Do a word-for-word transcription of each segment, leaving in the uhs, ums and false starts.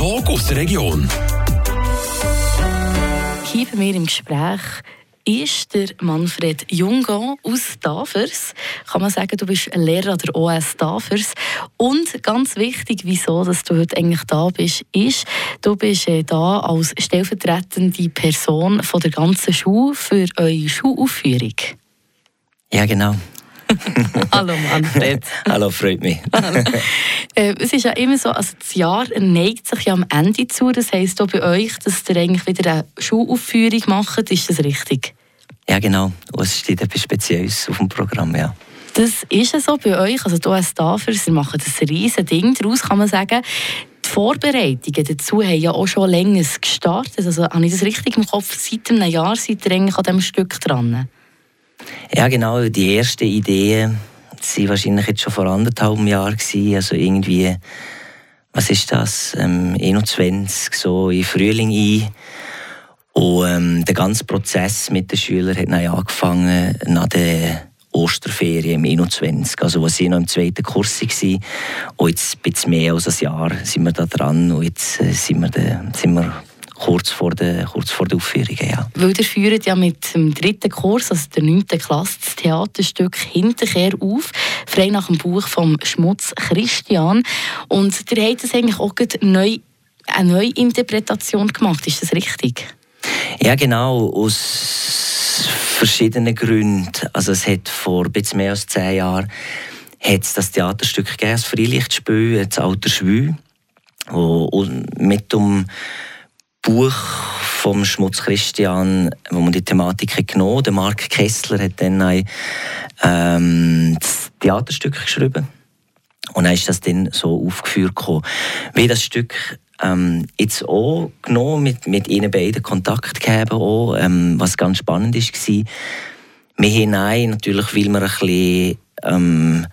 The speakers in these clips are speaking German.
Talk aus der Region. Hier bei mir im Gespräch ist der Manfred Jungo aus Tafers. Kann man sagen, du bist Lehrer an der O S Tafers. Und ganz wichtig, wieso dass du heute eigentlich da bist, ist, du bist da als stellvertretende Person von der ganzen Schule für eure Schulaufführung. Ja, genau. Hallo Manfred. Hallo, freut mich. äh, es ist ja immer so, also das Jahr neigt sich ja am Ende zu. Das heisst auch bei euch, dass ihr eigentlich wieder eine Schulaufführung macht. Ist das richtig? Ja, genau. Es steht etwas Spezielles auf dem Programm, ja. Das ist ja so bei euch. Also die O S Tafers, ihr macht ein riesen Ding daraus, kann man sagen. Die Vorbereitungen dazu haben ja auch schon länger gestartet. Also habe ich das richtig im Kopf? Seit einem Jahr seid ihr eigentlich an diesem Stück dran? Ja, genau. Die ersten Ideen waren wahrscheinlich jetzt schon vor anderthalb Jahren. Also irgendwie, was ist das? Ähm, einundzwanzig, so im Frühling ein. Und ähm, der ganze Prozess mit den Schülern hat dann angefangen nach der Osterferien im einundzwanzig. Also, als ich noch im zweiten Kurs war. Und jetzt ein bisschen mehr als ein Jahr sind wir da dran. Und jetzt äh, sind wir, da, sind wir kurz vor der, kurz vor der Aufführung, ja. Weil ihr führt ja mit dem dritten Kurs, also der neunten Klasse, das Theaterstück «Hinterkehr» auf, frei nach dem Buch vom Schmutz Christian. Und ihr habt das eigentlich auch neu, eine neue Interpretation gemacht, ist das richtig? Ja, genau, aus verschiedenen Gründen. Also es hat vor ein bisschen mehr als zehn Jahren hat's das Theaterstück gegeben, das Freilichtspiel, das Alter Schwü, wo mit dem Buch vom Schmutz Christian, wo man die Thematik hat genommen. Der Mark Kessler hat dann ein ähm, das Theaterstück geschrieben und dann ist das dann so aufgeführt gekommen. Wie das Stück ähm, jetzt auch genommen, mit, mit ihnen beiden Kontakt gegeben, auch, ähm, was ganz spannend war. Wir hinein natürlich, weil wir ein bisschen ähm,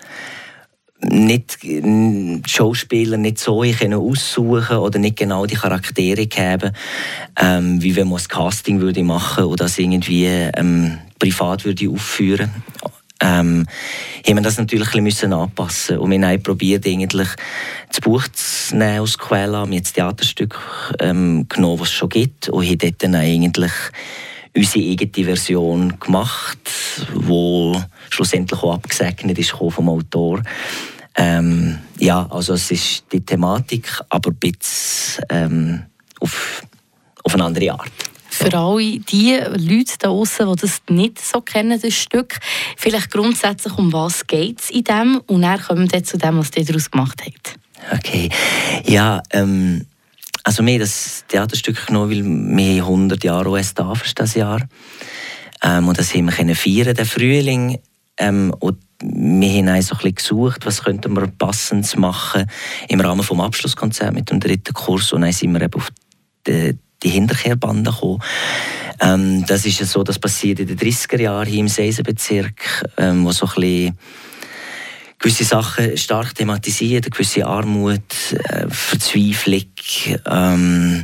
nicht die Schauspieler nicht so können aussuchen oder nicht genau die Charaktere geben, ähm, wie wenn man ein Casting würde machen oder das irgendwie ähm, privat würde aufführen. Ähm, haben wir das natürlich ein bisschen anpassen und wir haben probiert, eigentlich das Buch zu nehmen aus Quelle. Wir haben das Theaterstück ähm, genommen, was es schon gibt, und haben dort dann eigentlich unsere eigene Version gemacht, die schlussendlich auch abgesegnet ist vom Autor. Ähm, ja, also es ist die Thematik, aber ein bisschen ähm, auf, auf eine andere Art. Für alle die Leute da draussen, die das nicht so kennen, das Stück, vielleicht grundsätzlich, um was geht es in dem? Und dann kommen wir zu dem, was ihr daraus gemacht habt. Okay, ja, ähm, also wir haben das Theaterstück genommen, weil wir hundert Jahre O S Tafers dieses Jahr. Ähm, und das haben wir können feiern, den Frühling. Ähm, und wir haben auch so ein bisschen gesucht, was könnten wir passend machen im Rahmen des Abschlusskonzerts mit dem dritten Kurs. Und dann sind wir eben auf die, die Hinterkehrbande gekommen. Ähm, das ist ja so, das passiert in den dreißiger Jahren hier im Seisenbezirk, ähm, wo so ein bisschen gewisse Sachen stark thematisiert, eine gewisse Armut, äh, Verzweiflung. Ähm,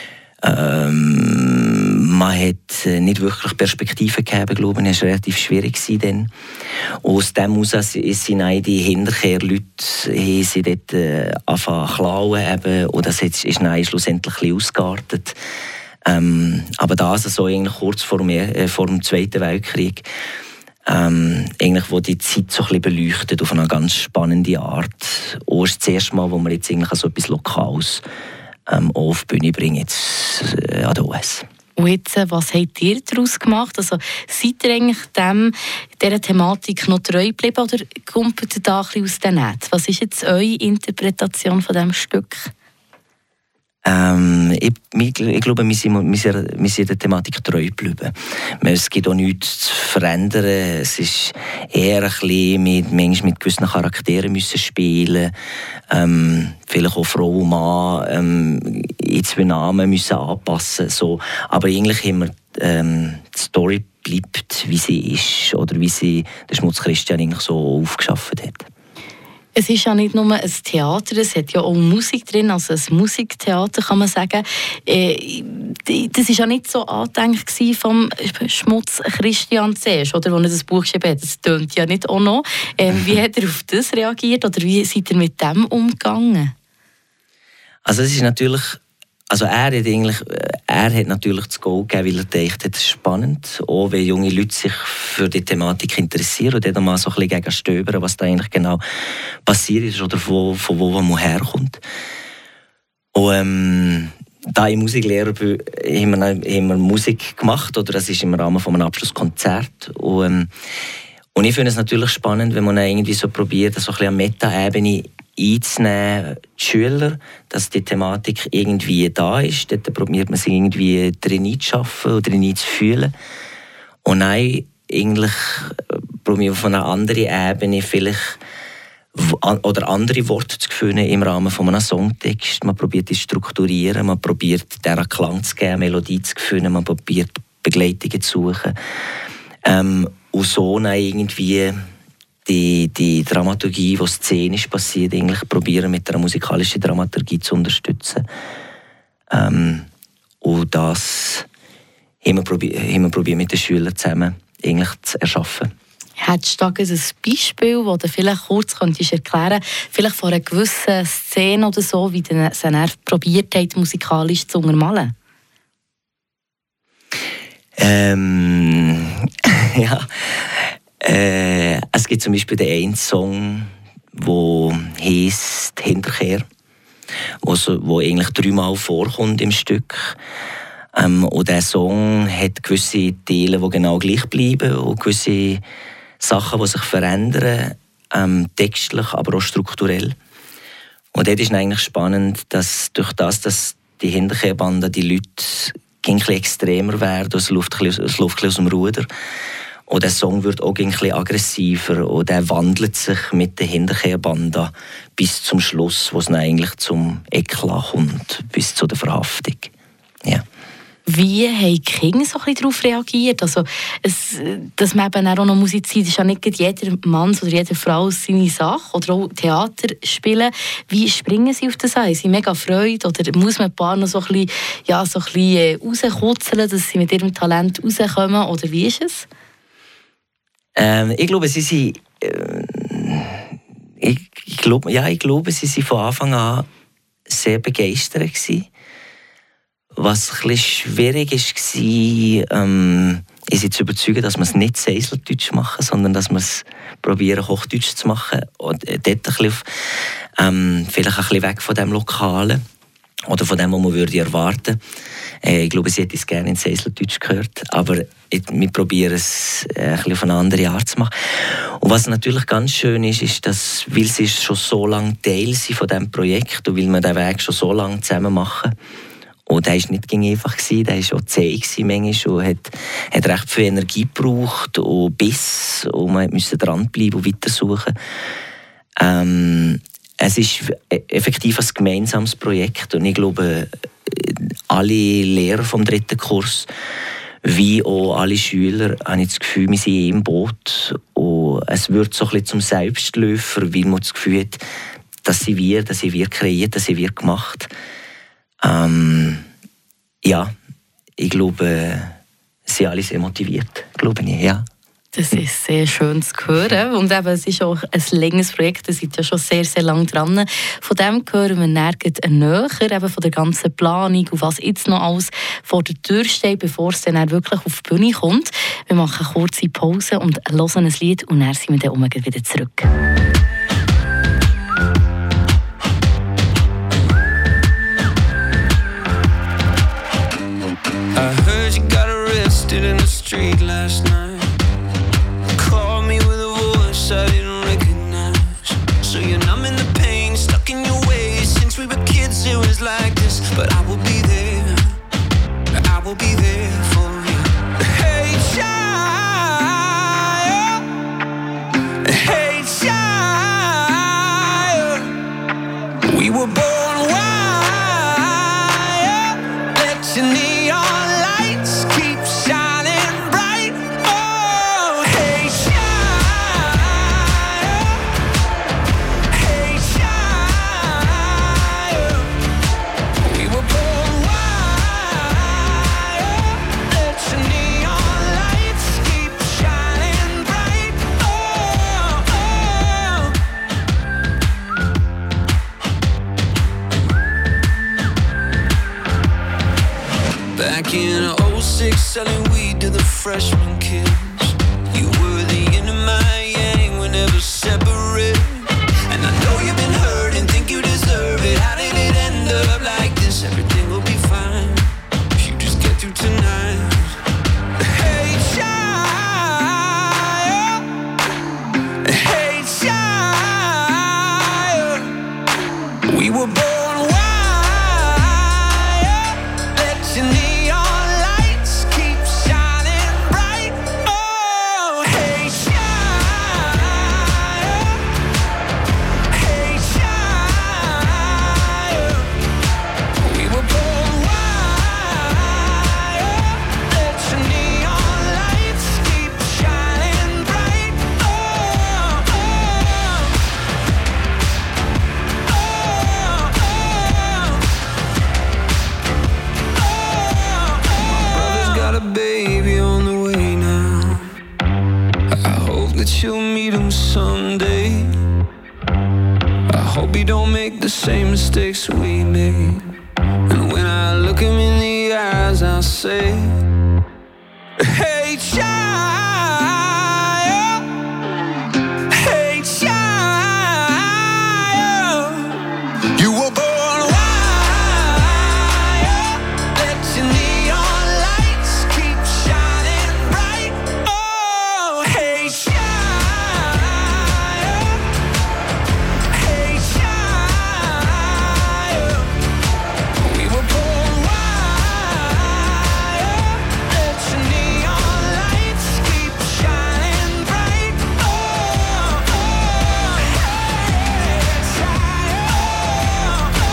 ähm, man hat nicht wirklich Perspektiven gegeben, glaube ich. Es war relativ schwierig dann. Und aus dem heraus sind auch die Hinterkehrleute sie dort äh, angefangen zu klauen. Eben. Und das ist dann schlussendlich ein bisschen ausgeartet. Ähm, aber das so eigentlich kurz vor dem, äh, vor dem Zweiten Weltkrieg. Ähm, eigentlich, wo die Zeit so ein bisschen beleuchtet auf eine ganz spannende Art. Und es ist das erste Mal, wo wir jetzt eigentlich so etwas Lokales ähm, auf die Bühne bringen, jetzt äh, an der O S. Und jetzt, was habt ihr daraus gemacht? Also, seid ihr eigentlich dem, dieser Thematik noch treu geblieben oder kommt ihr da ein bisschen aus dem Netz? Was ist jetzt eure Interpretation von diesem Stück? Ähm, ich, ich, ich glaube, wir sind, wir, sind, wir sind der Thematik treu geblieben. Es gibt auch nichts zu verändern. Es ist eher ein bisschen mit, manchmal mit gewissen Charakteren müssen spielen. Ähm, vielleicht auch Frau und Mann ähm, in zwei Namen müssen anpassen. So. Aber eigentlich haben wir, ähm, die Story bleibt, wie sie ist oder wie sie der Schmutz Christian eigentlich so aufgeschafft hat. Es ist ja nicht nur ein Theater, es hat ja auch Musik drin, also ein Musiktheater kann man sagen. Äh, das war ja nicht so angedenkt vom Schmutz Christian zuerst, oder, wo er das Buch geschrieben hat. Das tönt ja nicht auch noch. Ähm, wie hat er auf das reagiert oder wie seid ihr mit dem umgegangen? Also es ist natürlich, also er hat eigentlich, er hat natürlich das Go gegeben, weil er gedacht hat, es ist spannend, auch wenn junge Leute sich für die Thematik interessieren und dann mal so ein bisschen gegen stöbern, was da eigentlich genau passiert ist oder wo, von wo man herkommt. Und ähm, da ich Musiklehrer bin, haben wir, haben wir Musik gemacht, oder das ist im Rahmen von einem Abschlusskonzert. Und, ähm, und ich finde es natürlich spannend, wenn man irgendwie so probiert, so ein bisschen an Meta-Ebene einzunehmen, die Schüler, dass die Thematik irgendwie da ist. Dort probiert man sich irgendwie drin zu schaffen oder drin zu fühlen. Und dann eigentlich probiert man von einer anderen Ebene vielleicht oder andere Worte zu finden im Rahmen von einem Songtext. Man probiert es zu strukturieren, man probiert dieser Klang zu geben, Melodie zu finden, man probiert Begleitungen zu suchen. Ähm, und so dann irgendwie die, die Dramaturgie, die szenisch passiert, eigentlich probieren mit einer musikalischen Dramaturgie zu unterstützen. Ähm, und das haben wir probiert, haben wir probiert mit den Schülern zusammen eigentlich zu erschaffen. Hättest du da ein Beispiel, das du vielleicht kurz könntest erklären könntest, vielleicht von einer gewissen Szene oder so, wie du es dann probiert hast, musikalisch zu untermalen? Ähm, ja. Äh, es gibt zum Beispiel den einen Song, der heisst «Hinterkehr», wo, so, wo eigentlich dreimal vorkommt im Stück. Ähm, und dieser Song hat gewisse Teile, die genau gleich bleiben und gewisse Sachen, die sich verändern, ähm, textlich, aber auch strukturell. Und dort ist es eigentlich spannend, dass durch das, dass die Hinterkehrbande die Leute ein bisschen extremer werden, es läuft ein bisschen, es läuft ein bisschen aus dem Ruder. Und der Song wird auch ein bisschen aggressiver und der wandelt sich mit der Hinterkehrbande bis zum Schluss, wo es dann eigentlich zum Eklat kommt, bis zu der Verhaftung. Ja. Wie haben die Kinder so ein bisschen darauf reagiert? Also, es, dass man eben auch noch musiziert, ist ja nicht jeder Mann oder jede Frau seine Sache. Oder auch Theater spielen. Wie springen sie auf das ein? Sind sie mega Freude? Oder muss man ein paar noch so ein bisschen, ja, so ein bisschen rauskutzeln, dass sie mit ihrem Talent rauskommen? Oder wie ist es? Ähm, ich glaube, sie sind... Äh, ich, ich, glaube, ja, ich glaube, sie waren von Anfang an sehr begeistert gewesen. Was ein bisschen schwierig war, ähm, ist sie zu überzeugen, dass wir es nicht Seiseldeutsch machen, sondern dass wir es probieren, Hochdeutsch zu machen. Und dort ein bisschen, ähm, vielleicht ein bisschen weg von dem Lokalen oder von dem, was man würde erwarten würde. Äh, ich glaube, sie hätte es gerne in Seiseldeutsch gehört, aber ich, wir probieren es äh, ein bisschen auf eine andere Art zu machen. Und was natürlich ganz schön ist, ist, dass, weil sie schon so lange Teil sind von diesem Projekt und weil wir den Weg schon so lange zusammen machen, und der war nicht einfach, der war auch zäh manchmal und hat, hat recht viel Energie gebraucht und Biss und man musste dranbleiben und weitersuchen. Ähm, es ist effektiv ein gemeinsames Projekt und ich glaube, alle Lehrer vom dritten Kurs wie auch alle Schüler habe ich das Gefühl, wir sind im Boot und es wird so ein bisschen zum Selbstläufer, weil man das Gefühl hat, dass sie wir, dass sie wir kreiert, dass sie wir gemacht. Ähm, ja, ich glaube, sie sind alle sehr motiviert, glaube ich, ja. Das ist sehr schön zu hören. Und eben, es ist auch ein längeres Projekt, ihr seid ja schon sehr, sehr lange dran. Von dem hören wir nirgends näher, eben von der ganzen Planung und was jetzt noch alles vor der Tür steht, bevor es dann wirklich auf die Bühne kommt. Wir machen eine kurze Pause und hören ein Lied und dann sind wir dann wieder zurück. I heard you got arrested in the street last night. Called me with a voice I didn't recognize. So you're numbing the pain, stuck in your ways. Since we were kids it was like this. But I will be there, I will be there for you. Hey child, hey child. six selling weed to the freshman kids. You were the yin and my yang, we're never separate. And I know you've been hurt and think you deserve it. How did it end up like this? Everything will be fine if you just get through tonight. Hey child, hey child, we were born wild. Let your neon lights keep shining bright. Oh, hey child, hey child, we were born wild. Let your neon lights keep shining bright. Oh, oh, oh, oh. My brother's got a baby on the way now. I hope that you'll meet him someday. I hope you don't make the same mistakes we made. And when I look him in the eyes, I'll say, hey child, hey child, you were born wild. Let your neon lights keep shining bright. Oh, hey child, hey child, we were born wild. Let your neon lights keep shining bright. Oh, oh, hey child, oh,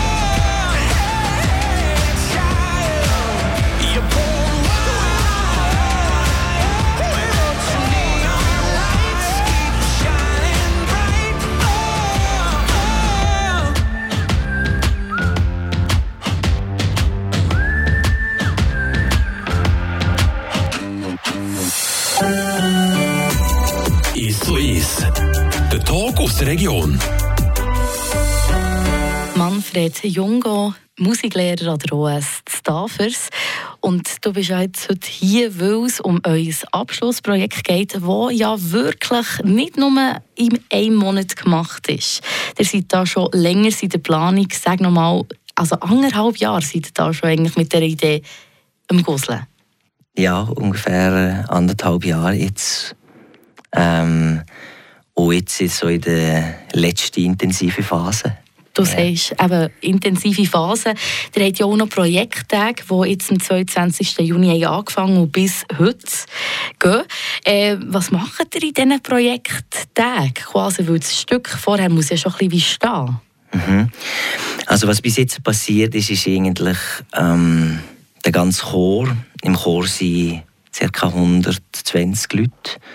hey child, you're born wild. Let your neon lights keep shining bright. Oh, Ist so ist. Der Talk aus der Region. Manfred Jungo, Musiklehrer an der O S Stavers. Und du bist ja jetzt heute hier, weil es um euer Abschlussprojekt geht, das ja wirklich nicht nur in einem Monat gemacht ist. Ihr seid da schon länger in der Planung, sag noch mal, also anderthalb Jahre seid ihr da schon eigentlich mit dieser Idee am Gusseln. Ja, ungefähr äh, anderthalb Jahre jetzt. Ähm, und jetzt ist so in der letzten intensiven Phase. Du Ja. sagst eben intensive Phase. Ihr habt ja auch noch Projekttage, die jetzt am zweiundzwanzigsten Juni haben angefangen und bis heute gehen. Äh, was macht ihr in diesen Projekttagen? Quasi, weil das Stück vorher muss ja schon ein bisschen wie stehen. Mhm. Also was bis jetzt passiert ist, ist eigentlich ähm, der ganze Chor. Im Chor sind ca. hundertzwanzig Leute.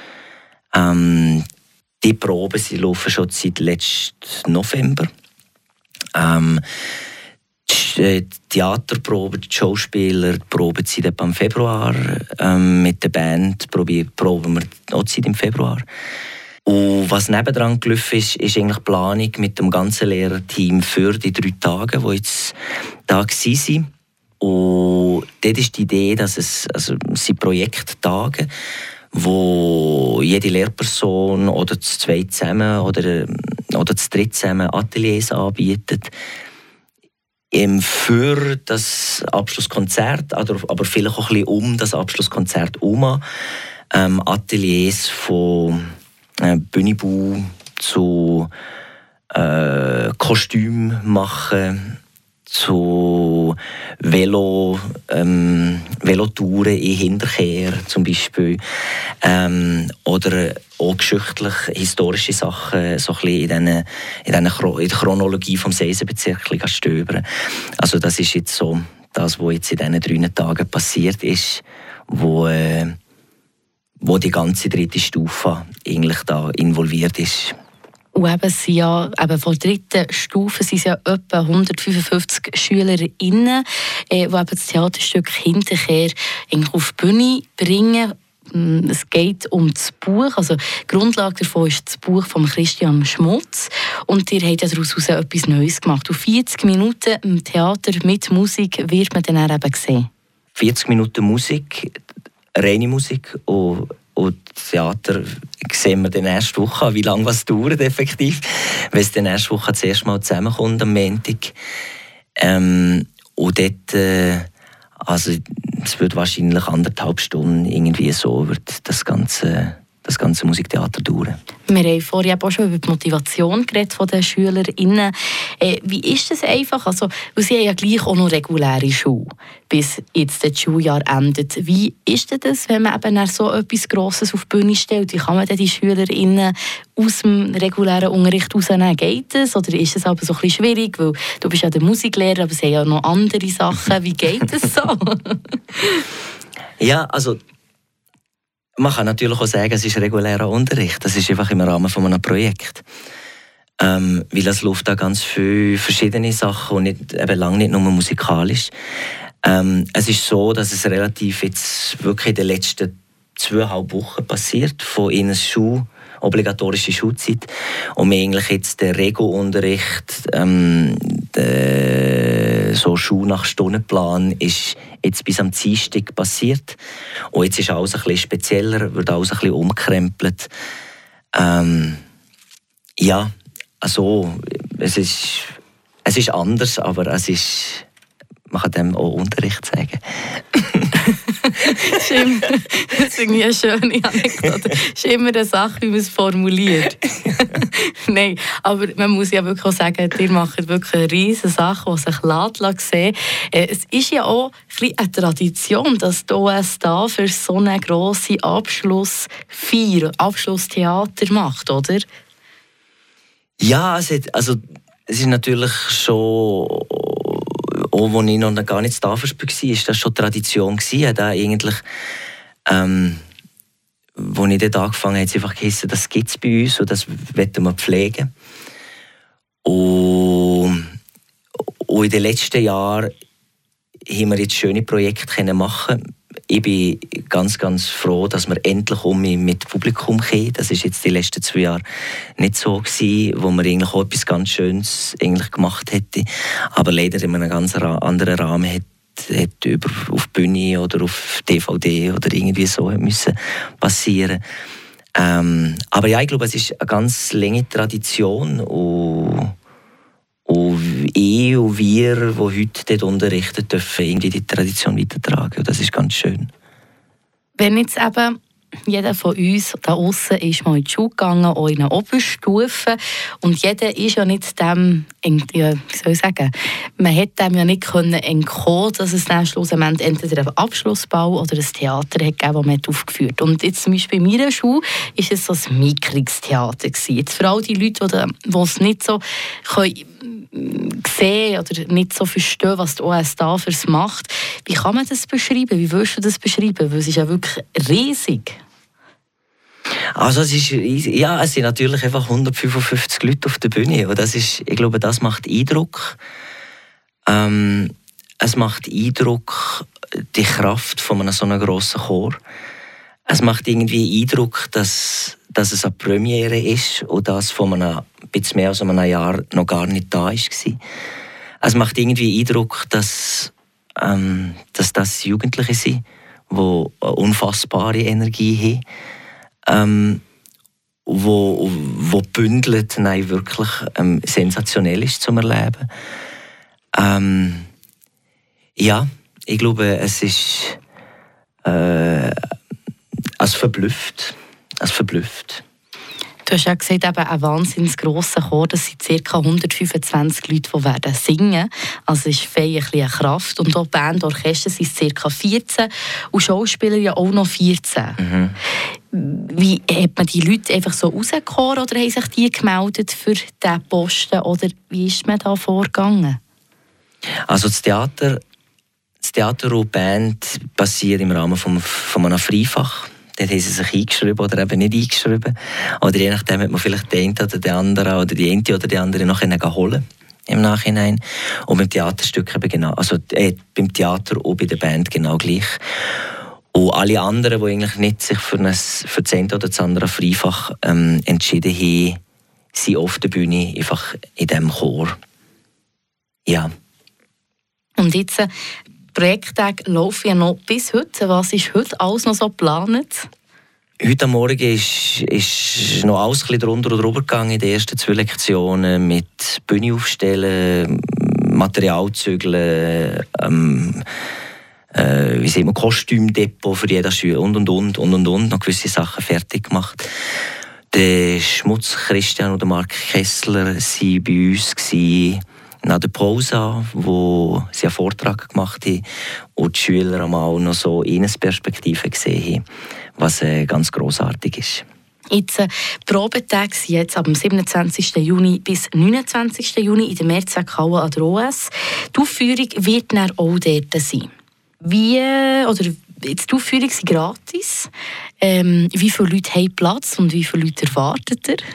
Ähm, die Proben sie laufen schon seit letztem November. Ähm, die Theaterproben, die Schauspieler, die Proben sind ab im Februar. Ähm, mit der Band probieren, proben wir auch im Februar. Und was nebendran gelaufen ist, ist eigentlich die Planung mit dem ganzen Lehrerteam für die drei Tage, die jetzt da waren. Und dort ist die Idee, dass es, also es sind Projekttage, wo jede Lehrperson oder zu zweit zusammen oder, oder zu dritt zusammen Ateliers anbietet, ähm, für das Abschlusskonzert, aber vielleicht auch ein bisschen um das Abschlusskonzert herum. Ähm, Ateliers von äh, Bühnenbau zu äh, Kostüm machen, zu Velo, ähm, Velotouren in Hinterkehr zum Beispiel, ähm, oder auch geschichtlich historische Sachen so ein bisschen in, den, in, den, in der Chronologie vom Seisenbezirk stöbern. Also das ist jetzt so das, was jetzt in diesen drei Tagen passiert ist, wo, äh, wo die ganze dritte Stufe eigentlich da involviert ist. Und eben, sind ja, eben von der dritten Stufe sind es ja etwa hundertfünfundfünfzig SchülerInnen, äh, die eben das Theaterstück Hinterkehr auf die Bühne bringen. Es geht um das Buch, also die Grundlage davon ist das Buch von Christian Schmutz. Und ihr habt ja daraus etwas Neues gemacht. Auf vierzig Minuten im Theater mit Musik wird man dann eben sehen. vierzig Minuten Musik, reine Musik und, und Theater sehen wir dann nächste Woche, wie lange was dauert effektiv, wenn es dann nächste Woche das erste Mal zusammenkommt am Montag. Ähm, und dort, äh, also es wird wahrscheinlich anderthalb Stunden irgendwie so wird das ganze das ganze Musiktheater dauern. Wir haben vorher auch schon über die Motivation geredet von den SchülerInnen. Äh, wie ist das einfach? Also, sie haben ja gleich auch noch reguläre Schule, bis jetzt das Schuljahr endet. Wie ist das, wenn man eben so etwas Grosses auf die Bühne stellt? Wie kann man denn die SchülerInnen aus dem regulären Unterricht rausnehmen? Geht das? Oder ist es aber so ein bisschen schwierig? Weil du bist ja der Musiklehrer, aber es sind ja noch andere Sachen. Wie geht das so? Ja, also man kann natürlich auch sagen, es ist regulärer Unterricht. Das ist einfach im Rahmen von einem Projekt. Ähm, weil es läuft da ganz viele verschiedene Sachen und nicht, eben lange nicht nur musikalisch. Ähm, es ist so, dass es relativ jetzt wirklich in den letzten zweieinhalb Wochen passiert, von ihnen Schule, obligatorische Schulzeit, und wir eigentlich jetzt den Rego-Unterricht, ähm, der so Schule nach Stundenplan ist jetzt bis am Dienstag passiert. Und jetzt ist alles ein bisschen spezieller, wird alles ein bisschen umkrempelt. Ähm, ja, also es ist, es ist anders, aber es ist, man kann dem auch Unterricht sagen. Das ist immer, das ist irgendwie eine schöne Anekdote. Das ist immer eine Sache, wie man es formuliert. Nein, aber man muss ja wirklich auch sagen, ihr macht wirklich eine riesige Sache, die sich lässt sehen. Es ist ja auch ein eine Tradition, dass die O S da für so eine grosse Abschlussfeier, Abschlusstheater macht, oder? Ja, es, hat, also, es ist natürlich schon... Auch als ich noch gar nicht da war, war das schon Tradition. Da eigentlich, ähm, als ich dort angefangen habe, hat es einfach geheißen, das gibt es bei uns und das wollen wir pflegen. Und, und in den letzten Jahren haben wir jetzt schöne Projekte machen können. Ich bin ganz, ganz froh, dass wir endlich um mit Publikum kommen. Das war jetzt die letzten zwei Jahre nicht so gewesen, wo wir eigentlich auch etwas ganz Schönes eigentlich gemacht hätten. Aber leider in einem ganz anderen Rahmen hat, hat über auf Bühne oder auf D V D oder irgendwie so müssen passieren. Ähm, aber ja, ich glaube, es ist eine ganz lange Tradition und Und ich und wir, die heute dort unterrichten, dürfen irgendwie die Tradition weitertragen. Und das ist ganz schön. Wenn jetzt eben jeder von uns da außen ist mal in die Schule gegangen, auch in eine Oberstufe, und jeder ist ja nicht dem, ja, wie soll ich sagen, man hätte dem ja nicht können entkommen, dass es dann schlussendlich entweder einen Abschlussball oder ein Theater hat gegeben, das man aufgeführt hat. Und jetzt zum Beispiel in meiner Schule war es so ein Mickrigstheater. Jetzt für all die Leute, die es nicht so können sehen oder nicht so verstehen, was die O S Tafers macht. Wie kann man das beschreiben? Wie würdest du das beschreiben? Weil es ist ja wirklich riesig. Also es ist riesig. Ja, es sind natürlich einfach hundertfünfundfünfzig Leute auf der Bühne. Und das ist, ich glaube, das macht Eindruck. Ähm, es macht Eindruck, die Kraft von einem so einem grossen Chor. Es macht irgendwie Eindruck, dass, dass es eine Premiere ist und das von einem bisschen mehr als einem Jahr noch gar nicht da war. Es macht irgendwie Eindruck, dass, ähm, dass das Jugendliche sind, die eine unfassbare Energie haben, ähm, wo, wo bündelt, nein, wirklich ähm, sensationell ist zum Erleben. Ähm, ja, ich glaube, es ist äh, es verblüfft. Es verblüfft. Du hast ja gesagt, eben ein wahnsinnig grosser Chor, das sind ca. hundertfünfundzwanzig Leute, die werden singen. Also es ist fein eine Kraft. Und auch Band, Orchester sind ca. vierzehn und Schauspieler ja auch noch vierzehn. Mhm. Wie hat man die Leute einfach so rausgekommen oder haben sich die gemeldet für diesen Posten? Oder wie ist man da vorgegangen? Also das Theater, das Theater und die Band passiert im Rahmen von, von einem Freifach. Dort haben sie sich eingeschrieben oder eben nicht eingeschrieben. Oder je nachdem hat man vielleicht den einen oder den anderen oder die eine oder die andere noch holen im Nachhinein. Und beim Theaterstück eben genau, also äh, beim Theater und bei der Band genau gleich. Und alle anderen, die eigentlich nicht sich für, ein, für das eine oder das andere Freifach ähm, entschieden haben, sind auf der Bühne einfach in diesem Chor. Ja. Und jetzt Projekttage laufen ja noch bis heute. Was ist heute alles noch so geplant? Heute am Morgen ist, ist noch alles ein bisschen drunter und drüber gegangen in den ersten zwei Lektionen mit Bühne aufstellen, Material zügeln, ähm, äh, wie sieht man, Kostümdepot für jeden Schüler und und und und und und noch gewisse Sachen fertig gemacht. Der Schmutz Christian und der Mark Kessler waren bei uns gewesen, nach der Pause, wo sie einen Vortrag gemacht haben und die Schüler einmal noch so Innenperspektiven gesehen haben, was äh, ganz grossartig ist. Jetzt, äh, die Probetage sind jetzt ab dem siebenundzwanzigsten Juni bis neunundzwanzigsten Juni in der Mehrzweckhalle an der O S. Die Aufführung wird dann auch dort sein. Wie, oder jetzt, die Aufführung ist gratis. Ähm, wie viele Leute haben Platz und wie viele Leute erwartet ihr?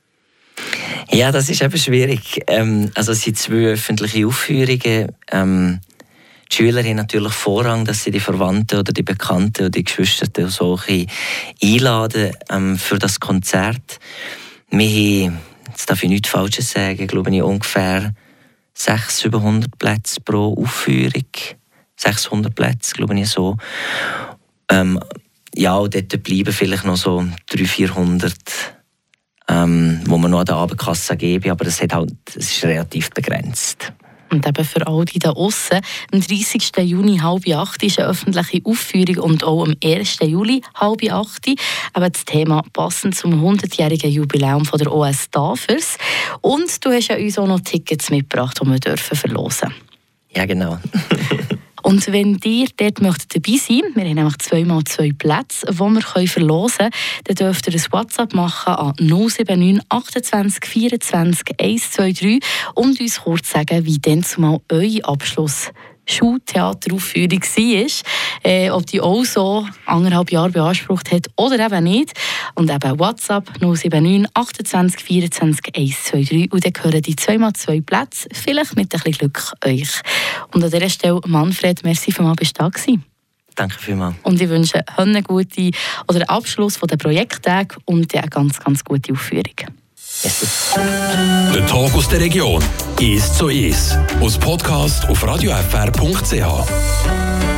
Ja, das ist eben schwierig. Ähm, also es sind zwei öffentliche Aufführungen. Ähm, die Schüler haben natürlich Vorrang, dass sie die Verwandten oder die Bekannten oder die Geschwister oder so einladen ähm, für das Konzert. Wir haben, jetzt darf ich nichts Falsches sagen, glaube ich, ungefähr sechshundert, siebenhundert Plätze pro Aufführung. sechshundert Plätze, glaube ich, so. Ähm, ja, und dort bleiben vielleicht noch so dreihundert, vierhundert, ähm, wo man noch an der Abendkasse geben, aber das, hat halt, das ist relativ begrenzt. Und eben für all die da aussen, am dreißigsten Juni halb acht ist eine öffentliche Aufführung und auch am ersten Juli halb acht. Aber das Thema passend zum hundertjährigen Jubiläum von der O S Tafers. Und du hast ja uns auch noch Tickets mitgebracht, die wir dürfen verlosen. Ja, genau. Und wenn ihr dort möchtet dabei sein möchtet, wir haben nämlich zweimal zwei Plätze, die wir verlosen können, dann dürft ihr ein WhatsApp machen an null sieben neun achtundzwanzig vierundzwanzig hundertzweiundzwanzig und uns kurz sagen, wie denn zumal euer Abschluss Schultheateraufführung war, äh, ob die auch so anderthalb Jahre beansprucht hat oder eben nicht. Und eben WhatsApp null sieben neun achtundzwanzig vierundzwanzig hundertzweiundzwanzig und dann gehören die zweimal zwei Plätze, vielleicht mit ein bisschen Glück euch. Und an dieser Stelle, Manfred, merci für mal, bist du da gewesen. Danke vielmals. Und ich wünsche einen guten oder einen Abschluss von der Projekttag und eine ganz, ganz gute Aufführung. Der Tag aus der Region. eins zu eins. Aus Podcast auf radio f r punkt c h.